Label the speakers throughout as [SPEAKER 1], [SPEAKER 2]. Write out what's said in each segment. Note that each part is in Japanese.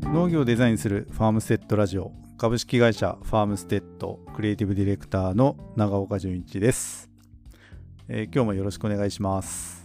[SPEAKER 1] 農業をデザインするファームステッドラジオ、株式会社ファームステッドクリエイティブディレクターの長岡純一です。今日もよろしくお願いします。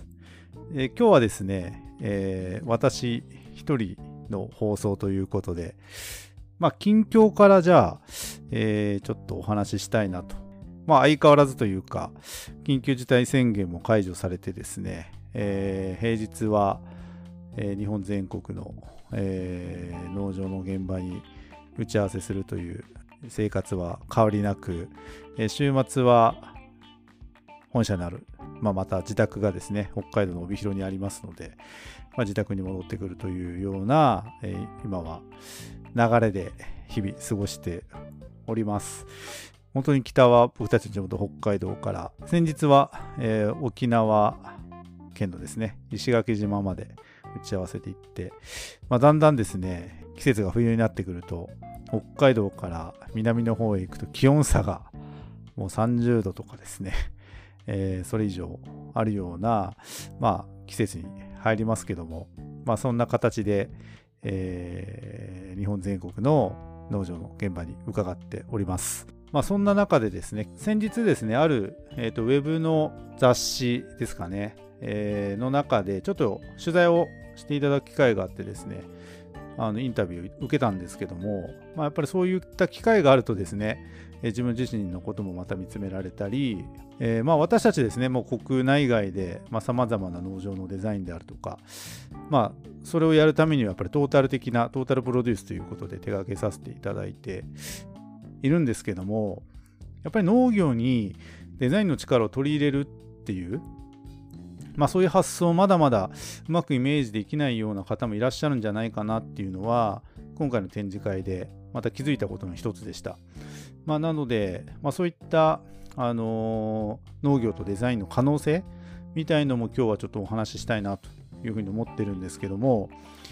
[SPEAKER 1] 今日はですね、私一人の放送ということで、近況からじゃあ、ちょっとお話ししたいなと。相変わらずというか、緊急事態宣言も解除されてですね、平日は、日本全国の、農場の現場に打ち合わせするという生活は変わりなく、週末は本社にある、また自宅がですね、北海道の帯広にありますので、自宅に戻ってくるというような、今は流れで日々過ごしております。本当に北は僕たちの地元北海道から、先日は、沖縄県のですね、石垣島まで打ち合わせていって、だんだんですね、季節が冬になってくると、北海道から南の方へ行くと気温差がもう30度とかですね、それ以上あるような、季節に入りますけども、そんな形で、日本全国の農場の現場に伺っております。そんな中でですね、先日ですね、ある、ウェブの雑誌ですかね、の中でちょっと取材をしていただく機会があってですね、インタビューを受けたんですけども、やっぱりそういった機会があるとですね、自分自身のこともまた見つめられたり、私たちですね、もう国内外でさまざまな農場のデザインであるとか、それをやるためにはやっぱりトータルプロデュースということで手掛けさせていただいているんですけども、やっぱり農業にデザインの力を取り入れるっていう、そういう発想をまだまだうまくイメージできないような方もいらっしゃるんじゃないかなっていうのは、今回の展示会でまた気づいたことの一つでした。なので、そういった、農業とデザインの可能性みたいのも今日はちょっとお話ししたいなというふうに思ってるんですけども、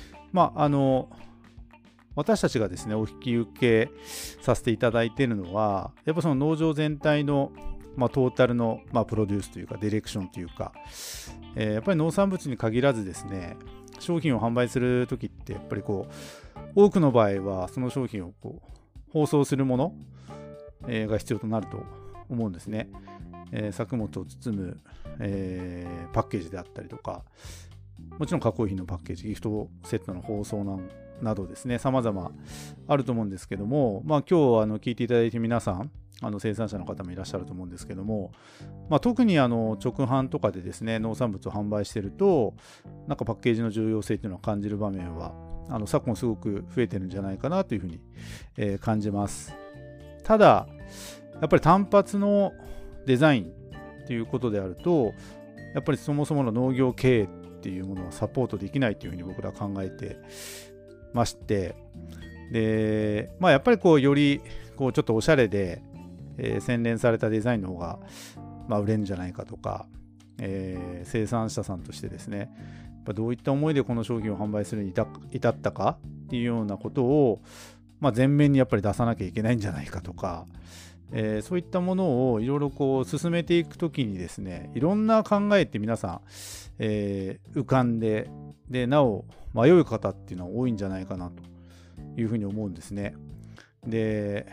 [SPEAKER 1] 私たちがですね、お引き受けさせていただいているのは、やっぱその農場全体のトータルの、プロデュースというかディレクションというか、やっぱり農産物に限らずですね、商品を販売するときってやっぱり多くの場合はその商品を包装するもの、が必要となると思うんですね。作物を包む、パッケージであったりとか、もちろん加工品のパッケージ、ギフトセットの包装などですね、様々あると思うんですけども、今日聞いていただいて皆さん、生産者の方もいらっしゃると思うんですけども、特に直販とかでですね、農産物を販売していると、パッケージの重要性というのを感じる場面は昨今すごく増えてるんじゃないかなというふうに、感じます。ただやっぱり単発のデザインということであると、やっぱりそもそもの農業経営っていうものをサポートできないというふうに僕らは考えてまして、で、やっぱりよりちょっとおしゃれで、洗練されたデザインの方が、売れるんじゃないかとか、生産者さんとしてですね、やっぱどういった思いでこの商品を販売するに至ったかっていうようなことを、前面にやっぱり出さなきゃいけないんじゃないかとか、そういったものをいろいろ進めていくときにですね、いろんな考えって皆さん、浮かんで、なお迷う方っていうのは多いんじゃないかなというふうに思うんですね。で、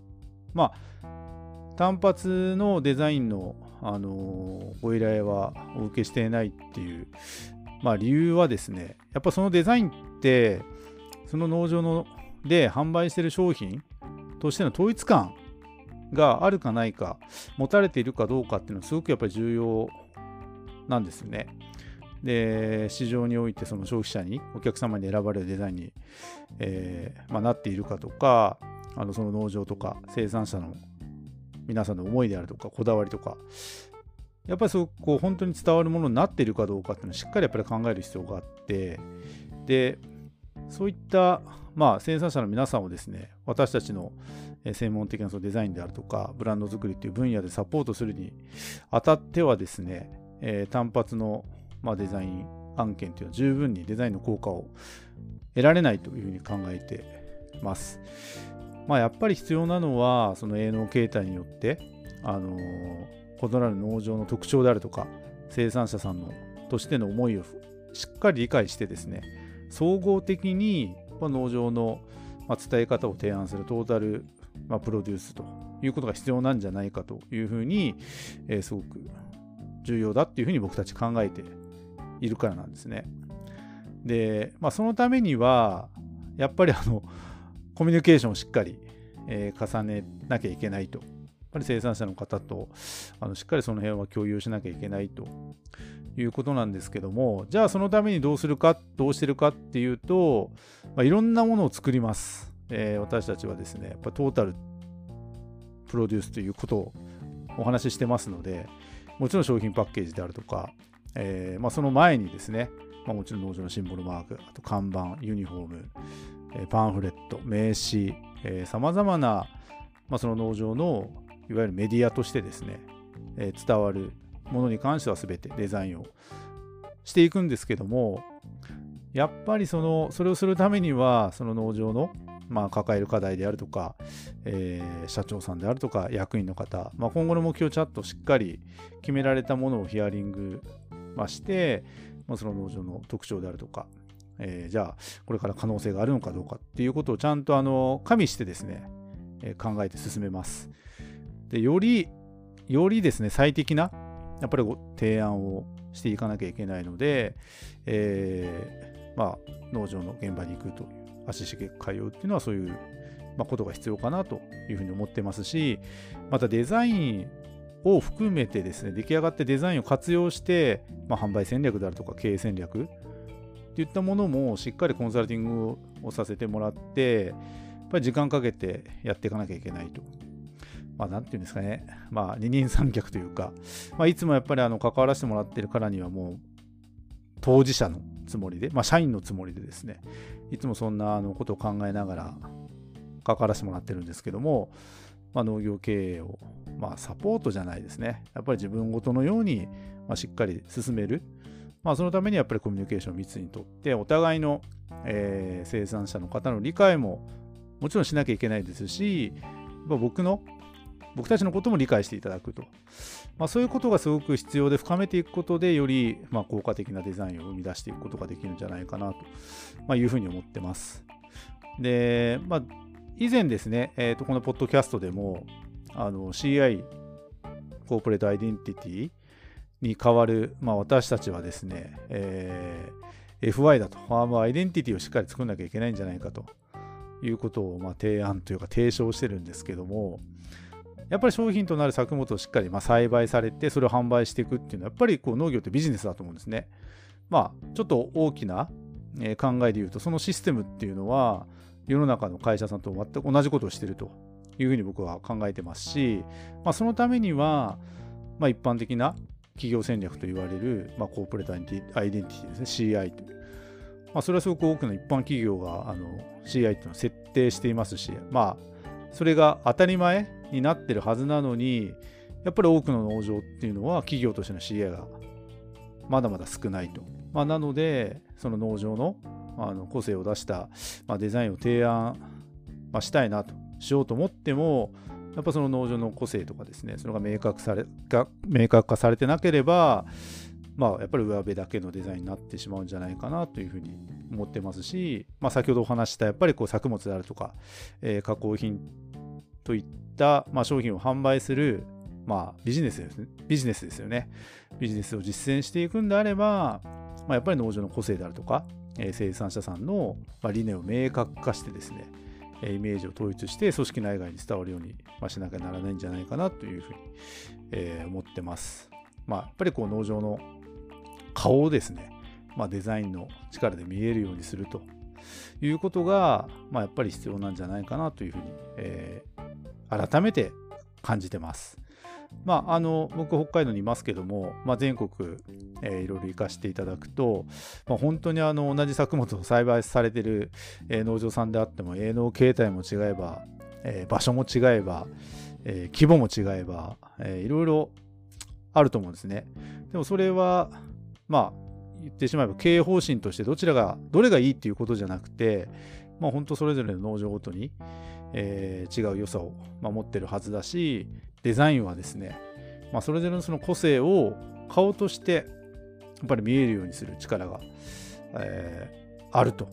[SPEAKER 1] 単発のデザインの、ご依頼はお受けしていないっていう、理由はですね、やっぱそのデザインってその農場で販売している商品としての統一感があるかないか、持たれているかどうかっていうのはすごくやっぱり重要なんですよね。で、市場においてその消費者に、お客様に選ばれるデザインに、なっているかとか、その農場とか生産者の皆さんの思いであるとかこだわりとか、やっぱり本当に伝わるものになっているかどうかっていうのをしっかりやっぱり考える必要があって、でそういった生産者の皆さんをですね、私たちの専門的なそのデザインであるとかブランド作りっていう分野でサポートするにあたってはですね、単発のデザイン案件というのは十分にデザインの効果を得られないというふうに考えてます。やっぱり必要なのはその営農形態によって異なる農場の特徴であるとか生産者さんのとしての思いをしっかり理解してですね、総合的に農場の伝え方を提案するトータルプロデュースということが必要なんじゃないかというふうに、すごく重要だっていうふうに僕たち考えているからなんですね。で、そのためにはやっぱりコミュニケーションをしっかり、重ねなきゃいけないと。やっぱり生産者の方としっかりその辺は共有しなきゃいけないということなんですけども、じゃあそのためにどうしてるかっていうと、いろんなものを作ります。私たちはですね、やっぱトータルプロデュースということをお話ししてますので、もちろん商品パッケージであるとか、その前にですね、もちろん農場のシンボルマーク、あと看板、ユニフォーム、パンフレット、名刺、さまざまな、その農場のいわゆるメディアとしてですね、伝わるものに関しては全てデザインをしていくんですけども、やっぱりそれをするためにはその農場の、抱える課題であるとか、社長さんであるとか役員の方、今後の目標をちゃんとしっかり決められたものをヒアリング、して、その農場の特徴であるとか、じゃあこれから可能性があるのかどうかっていうことをちゃんと加味してですね、考えて進めます。でよりですね最適なやっぱり提案をしていかなきゃいけないので、農場の現場に行くという足しげく通うっていうのはそういう、ことが必要かなというふうに思ってますし、またデザインを含めてですね、出来上がってデザインを活用して、販売戦略であるとか経営戦略っていったものもしっかりコンサルティングをさせてもらって、やっぱり時間かけてやっていかなきゃいけないと。なんていうんですかね、二人三脚というか、いつもやっぱり関わらせてもらってるからにはもう当事者のつもりで、社員のつもりでですね、いつもそんなことを考えながら関わらせてもらってるんですけども、農業経営をサポートじゃないですね、やっぱり自分ごとのようにしっかり進める、そのためにやっぱりコミュニケーションを密にとってお互いの、生産者の方の理解ももちろんしなきゃいけないですし、僕たちのことも理解していただくと、そういうことがすごく必要で、深めていくことでより効果的なデザインを生み出していくことができるんじゃないかなというふうに思ってます。で、以前ですね、このポッドキャストでもCI コーポレートアイデンティティに代わる、私たちはですね、FI だとファームアイデンティティをしっかり作んなきゃいけないんじゃないかということを提案というか提唱してるんですけども、やっぱり商品となる作物をしっかり栽培されてそれを販売していくっていうのはやっぱり農業ってビジネスだと思うんですね。ちょっと大きな考えで言うと、そのシステムっていうのは世の中の会社さんと全く同じことをしているというふうに僕は考えてますし、そのためには一般的な企業戦略と言われるコーポレートアイデンティティですね、 CI という、それはすごく多くの一般企業がCI っていうのを設定していますし、それが当たり前になってるはずなのに、やっぱり多くの農場っていうのは企業としての CI がまだまだ少ないと。なのでその農場の個性を出した、デザインを提案、したいなとしようと思っても、やっぱその農場の個性とかですね、それが明確化されてなければ、やっぱり上辺だけのデザインになってしまうんじゃないかなというふうに思ってますし、先ほどお話したやっぱり作物であるとか、加工品といった、商品を販売する、ビジネスですよね。ビジネスを実践していくんであれば、やっぱり農場の個性であるとか、生産者さんの理念を明確化してですね、イメージを統一して組織内外に伝わるようにしなきゃならないんじゃないかなというふうに思ってます。やっぱり農場の顔をですね、デザインの力で見えるようにするということが、やっぱり必要なんじゃないかなというふうに、改めて感じてます。僕北海道にいますけども、全国、いろいろ行かせていただくと、本当に同じ作物を栽培されている、農場さんであっても営農形態も違えば、場所も違えば、規模も違えば、いろいろあると思うんですね。でもそれは言ってしまえば経営方針としてどれがいいっていうことじゃなくて、本当それぞれの農場ごとに、違う良さを持ってるはずだし、デザインはですね、それぞれのその個性を顔としてやっぱり見えるようにする力が、あると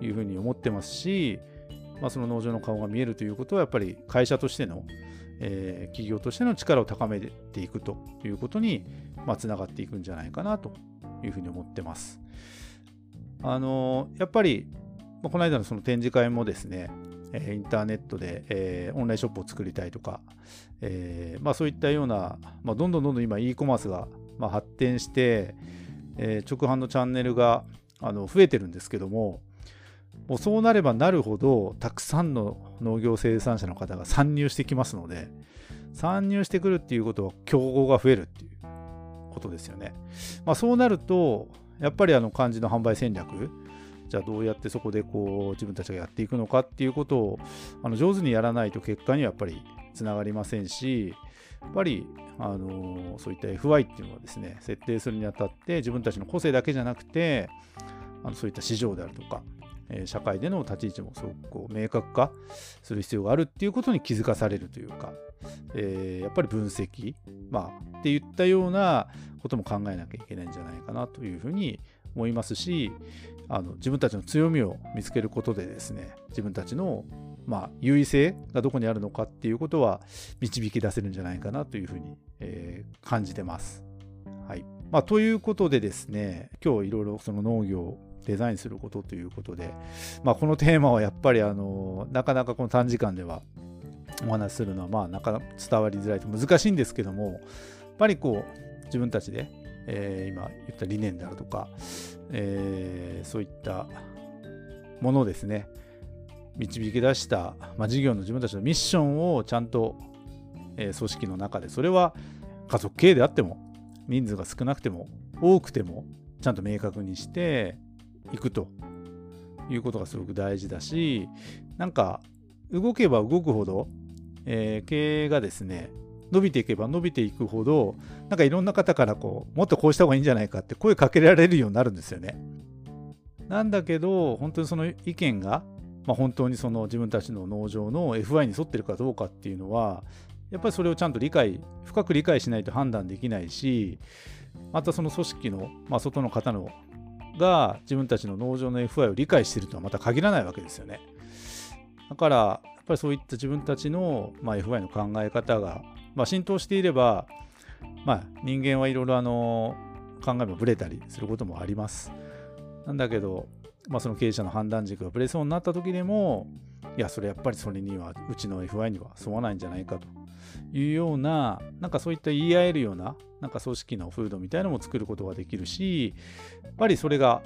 [SPEAKER 1] いうふうに思ってますし、その農場の顔が見えるということはやっぱり会社としての、企業としての力を高めていくということに、つながっていくんじゃないかなというふうに思ってます。やっぱり、この間のその展示会もですね、インターネットで、オンラインショップを作りたいとか、そういったような、どんどん今 e コマースが、発展して、直販のチャンネルが増えてるんですけども、もうそうなればなるほどたくさんの農業生産者の方が参入してきますので、参入してくるっていうことは競合が増えるっていうことですよね。そうなるとやっぱり肝心の販売戦略、じゃあどうやってそこでこう自分たちがやっていくのかっていうことを上手にやらないと結果にはやっぱりつながりませんし、やっぱりそういった FI っていうのはですね、設定するにあたって自分たちの個性だけじゃなくてそういった市場であるとか社会での立ち位置もすごくこう明確化する必要があるっていうことに気づかされるというか、やっぱり分析、っていったようなことも考えなきゃいけないんじゃないかなというふうに思いますし、自分たちの強みを見つけることでですね、自分たちの優位性がどこにあるのかっていうことは導き出せるんじゃないかなというふうに、感じてます。はい。ということでですね、今日いろいろその農業をデザインすることということで、このテーマはやっぱりなかなかこの短時間ではお話しするのはなかなか伝わりづらいと難しいんですけども、やっぱりこう自分たちで、今言った理念であるとか、そういったものをですね導き出した、事業の自分たちのミッションをちゃんと、組織の中で、それは家族経営であっても人数が少なくても多くてもちゃんと明確にしていくということがすごく大事だし、なんか動けば動くほど、経営がですね伸びていけば伸びていくほど、なんかいろんな方からもっとこうした方がいいんじゃないかって声かけられるようになるんですよね。なんだけど本当にその意見が、本当にその自分たちの農場の FI に沿ってるかどうかっていうのは、やっぱりそれをちゃんと深く理解しないと判断できないし、またその組織の、外の方が自分たちの農場の FI を理解しているとはまた限らないわけですよね。だからやっぱりそういった自分たちの、FI の考え方が、浸透していれば、人間はいろいろ考えもぶれたりすることもあります。なんだけど、その経営者の判断軸がぶれそうになった時でも、いやそれやっぱりそれにはうちの FI には沿わないんじゃないかというような、なんかそういった言い合えるような、なんか組織の風土みたいなのも作ることができるし、やっぱりそれが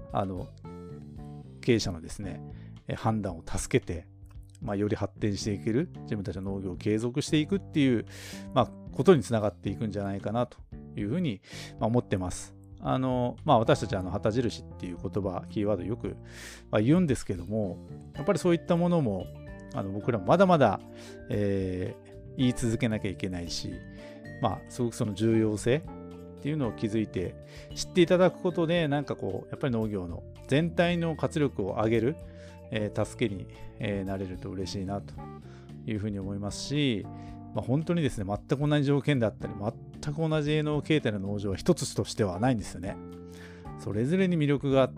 [SPEAKER 1] 経営者のですね判断を助けて、より発展していける、自分たちの農業を継続していくっていう、ことにつながっていくんじゃないかなというふうに思ってます。私たち旗印っていう言葉、キーワードよく言うんですけども、やっぱりそういったものも僕らもまだまだ、言い続けなきゃいけないし、すごくその重要性っていうのを気づいて知っていただくことで、なんかこうやっぱり農業の全体の活力を上げる、助けに、なれると嬉しいなというふうに思いますし、本当にですね全く同じ条件だったり全く同じ営農形態の農場は一つとしてはないんですよね。それぞれに魅力があって、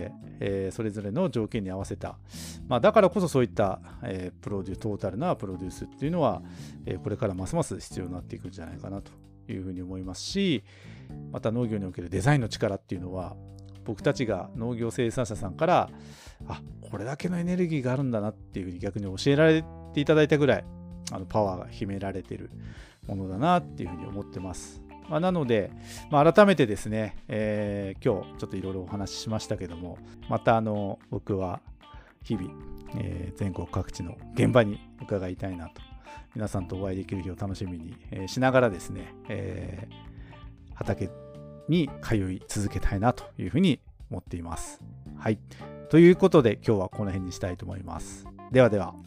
[SPEAKER 1] それぞれの条件に合わせた、だからこそそういった、トータルなプロデュースっていうのは、これからますます必要になっていくんじゃないかなというふうに思いますし、また農業におけるデザインの力っていうのは、僕たちが農業生産者さんからこれだけのエネルギーがあるんだなっていうふうに逆に教えられていただいたぐらいパワーが秘められているものだなっていうふうに思ってます。なので、改めてですね、今日ちょっといろいろお話ししましたけども、また僕は日々、全国各地の現場に伺いたいなと、皆さんとお会いできる日を楽しみに、しながらですね、畑に通い続けたいなというふうに思っています。はい。ということで今日はこの辺にしたいと思います。ではでは。